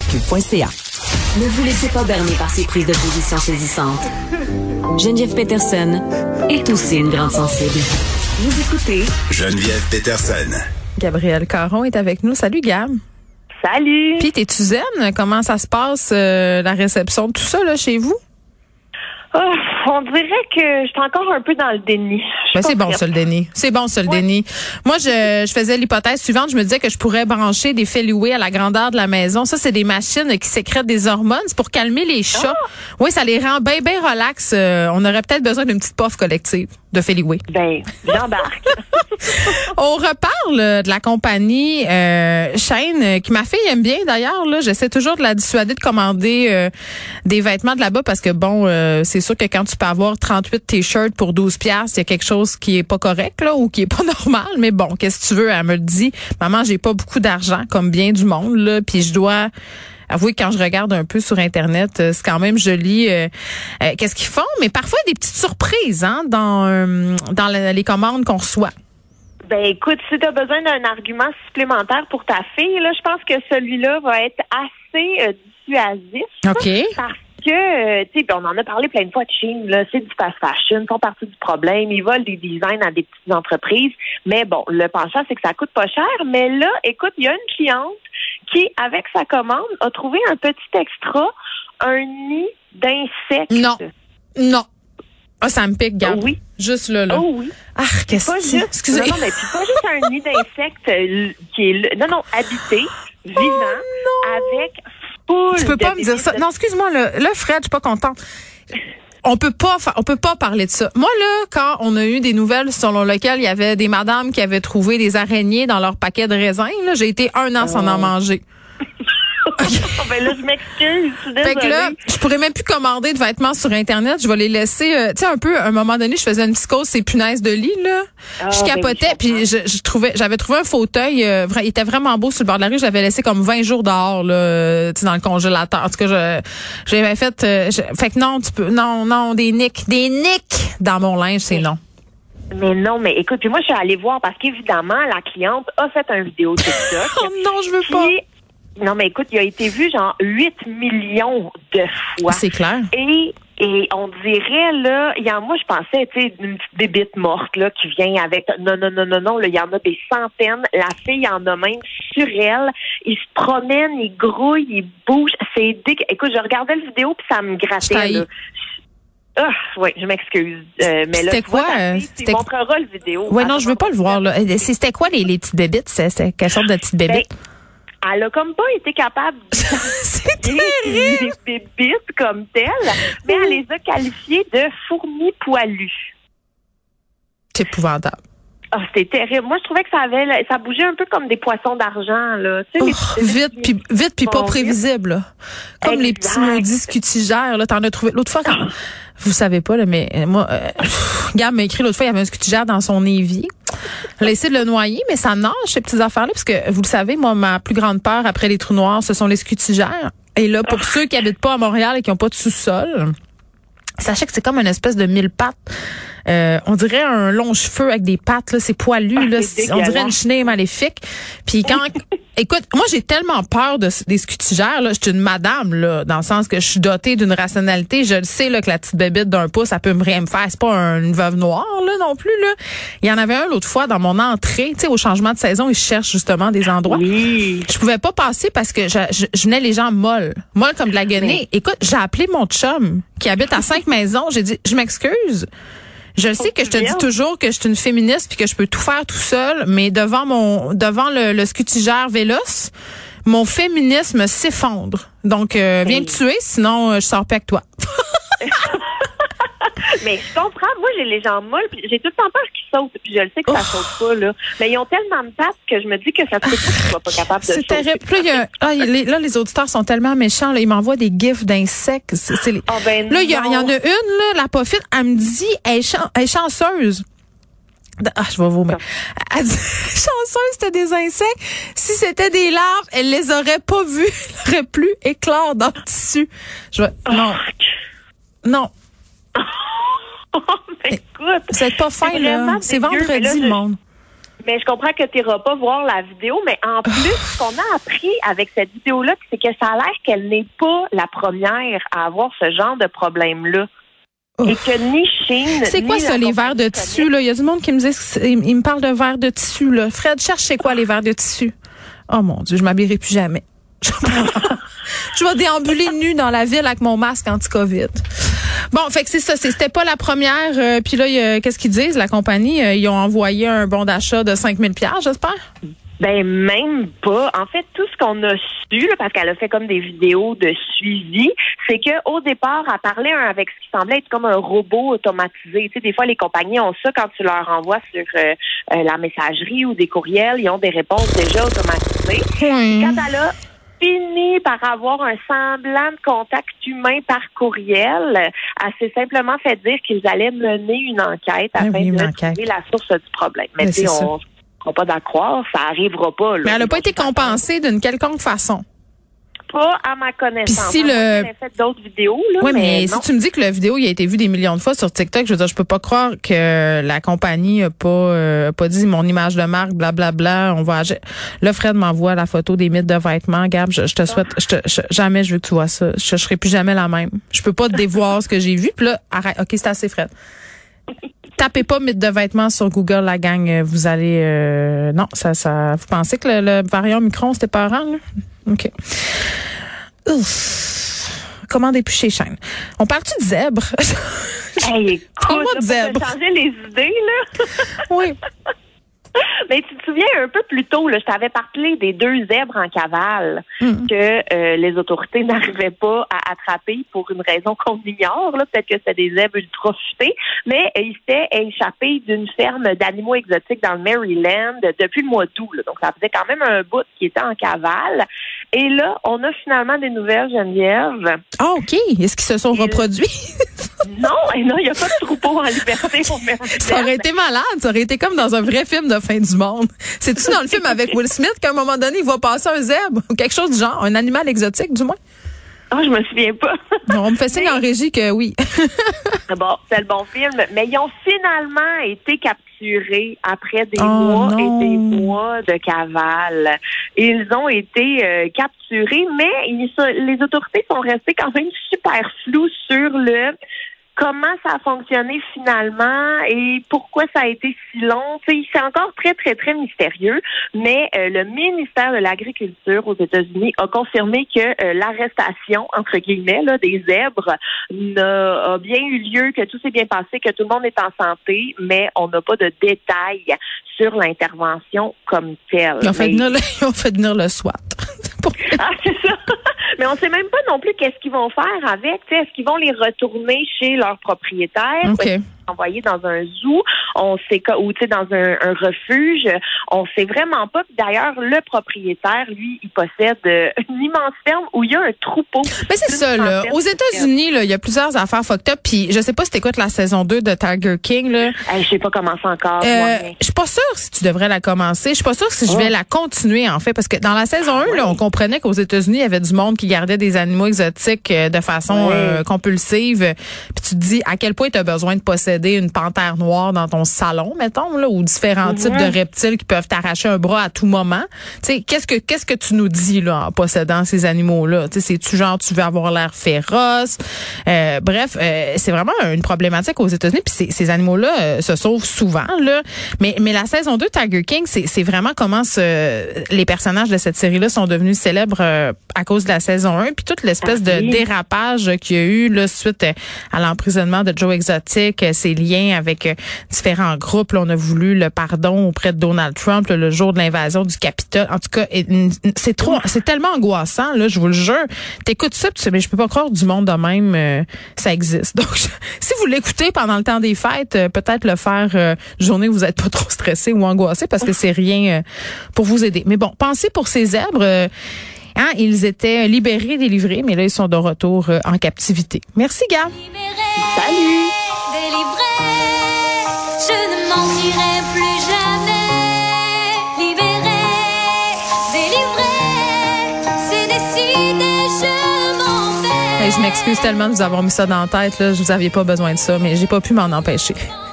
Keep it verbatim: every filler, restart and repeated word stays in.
Q point C A. Ne vous laissez pas berner par ces prises de position saisissantes. Geneviève Peterson est aussi une grande sensible. Vous écoutez Geneviève Peterson. Gabrielle Caron est avec nous. Salut, Gab. Salut. Puis, t'es-tu zen? Comment ça se passe, euh, la réception de tout ça, là, chez vous? Oh, on dirait que je suis encore un peu dans le déni. Ben, c'est bon, ça, le déni. C'est bon, ça, le ouais. déni. Moi, je, je faisais l'hypothèse suivante. Je me disais que je pourrais brancher des Feliway à la grandeur de la maison. Ça, c'est des machines qui sécrètent des hormones. C'est pour calmer les chats. Ah. Oui, ça les rend bien, bien relax. Euh, on aurait peut-être besoin d'une petite puff collective de Feliway. Ben, j'embarque. On reparle de la compagnie euh, Shein, qui ma fille aime bien d'ailleurs. Là, j'essaie toujours de la dissuader de commander euh, des vêtements de là-bas parce que bon, euh, c'est sûr que quand tu peux avoir trente-huit t-shirts pour douze piastres, il y a quelque chose qui est pas correct là ou qui est pas normal. Mais bon, qu'est-ce que tu veux? Elle me le dit. Maman, j'ai pas beaucoup d'argent comme bien du monde là, puis je dois avouer que quand je regarde un peu sur Internet, c'est quand même joli. Euh, euh, qu'est-ce qu'ils font? Mais parfois il y a des petites surprises hein, dans euh, dans la, les commandes qu'on reçoit. Ben écoute, si tu as besoin d'un argument supplémentaire pour ta fille, là, je pense que celui-là va être assez euh, dissuasif. OK. Parce que, euh, tu sais, on en a parlé plein de fois de Shein, là, c'est du fast fashion, ils font partie du problème, ils volent des designs à des petites entreprises. Mais bon, le penchant, c'est que ça coûte pas cher. Mais là, écoute, il y a une cliente qui, avec sa commande, a trouvé un petit extra, un nid d'insectes. Non, non. Ah, ça me pique, Gab. Oh oui. Juste là, là. Oh oui. Ah, qu'est-ce que c'est? Excusez. Non, non, mais puis pas juste un nid d'insectes euh, qui est, non, non, habité, vivant, oh, avec full. Tu peux pas me dire ça. De... Non, excuse-moi, là, là, Fred, je suis pas contente. On peut pas, on peut pas parler de ça. Moi, là, quand on a eu des nouvelles selon lesquelles il y avait des madames qui avaient trouvé des araignées dans leur paquet de raisins, là, j'ai été un an oh. sans en manger. Ben là, je m'excuse. Je suis désolée. Fait que là, je pourrais même plus commander de vêtements sur Internet. Je vais les laisser, euh, tu sais, un peu, à un moment donné, je faisais une psychose, ces punaises de lit, là. Oh, je capotais, ben, puis je, je trouvais, j'avais trouvé un fauteuil, euh, il était vraiment beau sur le bord de la rue. Je l'avais laissé comme vingt jours dehors, là, tu sais, dans le congélateur. En tout cas, je, j'avais fait, euh, je, fait que non, tu peux, non, non, des nicks, des nicks dans mon linge, c'est non. Mais non, mais écoute, puis moi, je suis allée voir parce qu'évidemment, la cliente a fait un vidéo TikTok. Oh non, je veux pas. Non, mais écoute, il a été vu genre huit millions de fois. C'est clair. Et et on dirait, là, il y en moi, je pensais, tu sais, une petite bébite morte, là, qui vient avec, non, non, non, non, non, là, il y en a des centaines. La fille en a même sur elle. Il se promène, il grouille, il bouge. C'est dégueu. Écoute, je regardais la vidéo puis ça me grattait, là. Ah, oui, je m'excuse. Euh, mais là, c'était quoi? Vois, fille, tu montreras le vidéo. Oui, non, je veux pas le voir, là. C'était quoi les, les petites bébites? C'était quelle sorte de petites bébites? Ben, elle a comme pas été capable de des bébites comme telles, mais elle les a qualifiées de fourmis poilues. C'est épouvantable. Oh, c'était terrible. Moi, je trouvais que ça avait, ça bougeait un peu comme des poissons d'argent, là. Tu sais, oh, vite, puis vite, puis pas prévisible, là. Comme exact. Les petits maudits scutigères, là. T'en as trouvé l'autre fois quand, vous savez pas, là, mais moi, euh, Gab m'a écrit l'autre fois, il y avait un scutigère dans son évier. Elle a essayé de le noyer, mais ça nage, ces petites affaires-là, parce que, vous le savez, moi, ma plus grande peur après les trous noirs, ce sont les scutigères. Et là, pour oh. ceux qui habitent pas à Montréal et qui ont pas de sous-sol, sachez que c'est comme une espèce de mille pattes. Euh, on dirait un long cheveu avec des pattes, là, c'est poilu, ah, là, c'est on dirait une chenille maléfique. Puis quand, écoute, moi j'ai tellement peur de, des scutigères, là, je suis une madame, là, dans le sens que je suis dotée d'une rationalité. Je le sais, là, que la petite bébite d'un pouce, ça peut me rien me faire. C'est pas un, une veuve noire, là, non plus, là. Il y en avait un l'autre fois dans mon entrée, tu sais, au changement de saison, ils cherchent justement des endroits. Oui. Je pouvais pas passer parce que je, je, je venais les gens molles, molles comme de la guenille. Écoute, j'ai appelé mon chum qui habite à cinq maisons. J'ai dit, je m'excuse. Je sais que je te dis toujours que je suis une féministe puis que je peux tout faire tout seul, mais devant mon devant le, le scutigère véloce, mon féminisme s'effondre. Donc euh, viens me tuer, sinon euh, je sors pas avec toi. Mais je comprends. Moi, j'ai les jambes molles, puis j'ai tout le temps peur qu'ils sautent. Puis je le sais que ça oh. saute pas, là. Mais ils ont tellement de pattes que je me dis que ça se peut pas qu'ils soient pas capables de sauter. C'est terrible. Là, y a, ah, les, là, les auditeurs sont tellement méchants. Là, ils m'envoient des gifs d'insectes. C'est, c'est les... oh, ben là, il y, y en a une, là, la pofine, elle me dit, elle est, chan- elle est chanceuse. Ah, je vais vomir. Elle dit, chanceuse, c'était des insectes. Si c'était des larves, elle les aurait pas vus. Elle aurait plus éclore dans le tissu. Je vais, non. Non. Oh, mais écoute. C'est pas fin, là. C'est vendredi, le monde. Mais je comprends que tu n'iras pas voir la vidéo, mais en plus, ce qu'on a appris avec cette vidéo-là, c'est que ça a l'air qu'elle n'est pas la première à avoir ce genre de problème-là. Et que ni Shein, c'est quoi ça, les verres de tissu, là? Il y a du monde qui me dit, il, il me parle de verres de tissu, là. Fred, cherche c'est quoi les verres de tissu? Oh mon Dieu, je m'habillerai plus jamais. Je vais déambuler nue dans la ville avec mon masque anti-Covid. Bon, fait que c'est ça, c'était pas la première. Euh, puis là, y a, qu'est-ce qu'ils disent, la compagnie? Euh, ils ont envoyé un bon d'achat de cinq mille dollars, j'espère? Ben même pas. En fait, tout ce qu'on a su, là, parce qu'elle a fait comme des vidéos de suivi, c'est que au départ, elle parlait avec ce qui semblait être comme un robot automatisé. Tu sais, des fois, les compagnies ont ça quand tu leur envoies sur euh, euh, la messagerie ou des courriels, ils ont des réponses déjà automatisées. Oui. Quand elle a fini par avoir un semblant de contact humain par courriel, elle s'est simplement fait dire qu'ils allaient mener une enquête afin oui, de enquête. trouver la source du problème. Mais, Mais tu sais, on ne va pas d'en croire, ça arrivera pas. Là. Mais elle n'a pas été compensée d'une quelconque façon. Pas à ma connaissance. Puis si le... Elle a fait d'autres vidéos. Là, oui, mais, mais si non. tu me dis que la vidéo il a été vue des millions de fois sur TikTok, je veux dire, je peux pas croire que la compagnie a pas euh, pas dit mon image de marque, blablabla. Bla, bla, on va agir. Là, Fred m'envoie la photo des mythes de vêtements. Gab, je, je te souhaite, je te, je, jamais je veux que tu vois ça. Je, je serai plus jamais la même. Je peux pas te dévoir ce que j'ai vu. Puis là, arrête. Ok, c'est assez, Fred. Tapez pas mythe de vêtements sur Google, la gang. Vous allez... Euh, non, ça, ça... Vous pensez que le, le variant Micron, c'était peurant, là? OK. Ouf. Commandez plus chez Shein. On parle-tu de zèbre? Hey, écoute, Parle-moi de zèbre. changer les idées, là. Oui. Mais tu te souviens un peu plus tôt, là, je t'avais parlé des deux zèbres en cavale Mm. que euh, les autorités n'arrivaient pas à attraper pour une raison qu'on ignore. Là. Peut-être que c'était des zèbres ultra futés, mais euh, ils s'étaient échappés d'une ferme d'animaux exotiques dans le Maryland depuis le mois d'août. Là. Donc, ça faisait quand même un bout qui était en cavale. Et là, on a finalement des nouvelles, Geneviève. Ah, OK. Est-ce qu'ils se sont Et reproduits? Non, et non, il n'y a pas de troupeau en liberté au Maryland. Ça aurait été malade. Ça aurait été comme dans un vrai film de fin du monde. C'est-tu dans le film avec Will Smith qu'à un moment donné, il va passer un zèbre ou quelque chose du genre, un animal exotique, du moins? Ah, oh, je me souviens pas. Non, on me fait signe en régie que oui. Bon, c'est le bon film. Mais ils ont finalement été capturés après des oh, mois non. et des mois de cavale. Ils ont été euh, capturés, mais ils, les autorités sont restées quand même super floues sur le comment ça a fonctionné finalement et pourquoi ça a été si long. T'sais, c'est encore très, très, très mystérieux, mais euh, le ministère de l'Agriculture aux États-Unis a confirmé que euh, l'arrestation, entre guillemets, là, des zèbres n'a, a bien eu lieu, que tout s'est bien passé, que tout le monde est en santé, mais on n'a pas de détails sur l'intervention comme telle. Ils ont fait, mais... venir, le, ils ont fait venir le SWAT. Ah, c'est ça. Mais on sait même pas non plus qu'est-ce qu'ils vont faire avec. T'sais, est-ce qu'ils vont les retourner chez leurs propriétaires? OK. Envoyés dans un zoo, on sait ou tu sais dans un, un refuge, on sait vraiment pas. Puis d'ailleurs, le propriétaire, lui, il possède euh, une immense ferme où il y a un troupeau. Mais c'est ça là. Aux États-Unis, là, il y a plusieurs affaires fucked up. Puis je sais pas si t'écoutes la saison deux de Tiger King là. Hey, je sais pas comment ça encore. Euh, je suis pas sûre si tu devrais la commencer. Je suis pas sûre si je vais oh. la continuer en fait, parce que dans la saison ah, un, ouais. là, on comprenait qu'aux États-Unis, il y avait du monde qui gardait des animaux exotiques euh, de façon ouais. euh, compulsive. Puis tu te dis à quel point tu as besoin de posséder une panthère noire dans ton salon, mettons, là, ou différents mm-hmm. types de reptiles qui peuvent t'arracher un bras à tout moment. Tu sais, qu'est-ce que qu'est-ce que tu nous dis là en possédant ces animaux-là? Tu sais, c'est-tu genre tu veux avoir l'air féroce? Euh, bref, euh, c'est vraiment une problématique aux États-Unis. Puis ces, ces animaux-là euh, se sauvent souvent, là. Mais mais la saison deux Tiger King, c'est c'est vraiment comment ce, les personnages de cette série-là sont devenus célèbres euh, à cause de la saison un, puis toute l'espèce ah, de oui. dérapage qu'il y a eu là suite à l'emprisonnement de Joe Exotic, ses liens avec euh, différents groupes. Là, on a voulu le pardon auprès de Donald Trump là, le jour de l'invasion du Capitole. En tout cas, c'est trop, c'est tellement angoissant, là, je vous le jure. T'écoutes ça, tu sais, mais je peux pas croire du monde de même, euh, ça existe. Donc, je, si vous l'écoutez pendant le temps des fêtes, euh, peut-être le faire euh, journée où vous êtes pas trop stressé ou angoissé parce que c'est rien euh, pour vous aider. Mais bon, pensez pour ces zèbres. Euh, Hein, ils étaient libérés, délivrés, mais là, ils sont de retour euh, en captivité. Merci, Gab. Salut. Délivré, je ne mentirai plus jamais. Libéré, délivré, c'est décidé, je m'en vais. Hey, je m'excuse tellement de vous avoir mis ça dans la tête. Là. Je vous aviez pas besoin de ça, mais j'ai pas pu m'en empêcher.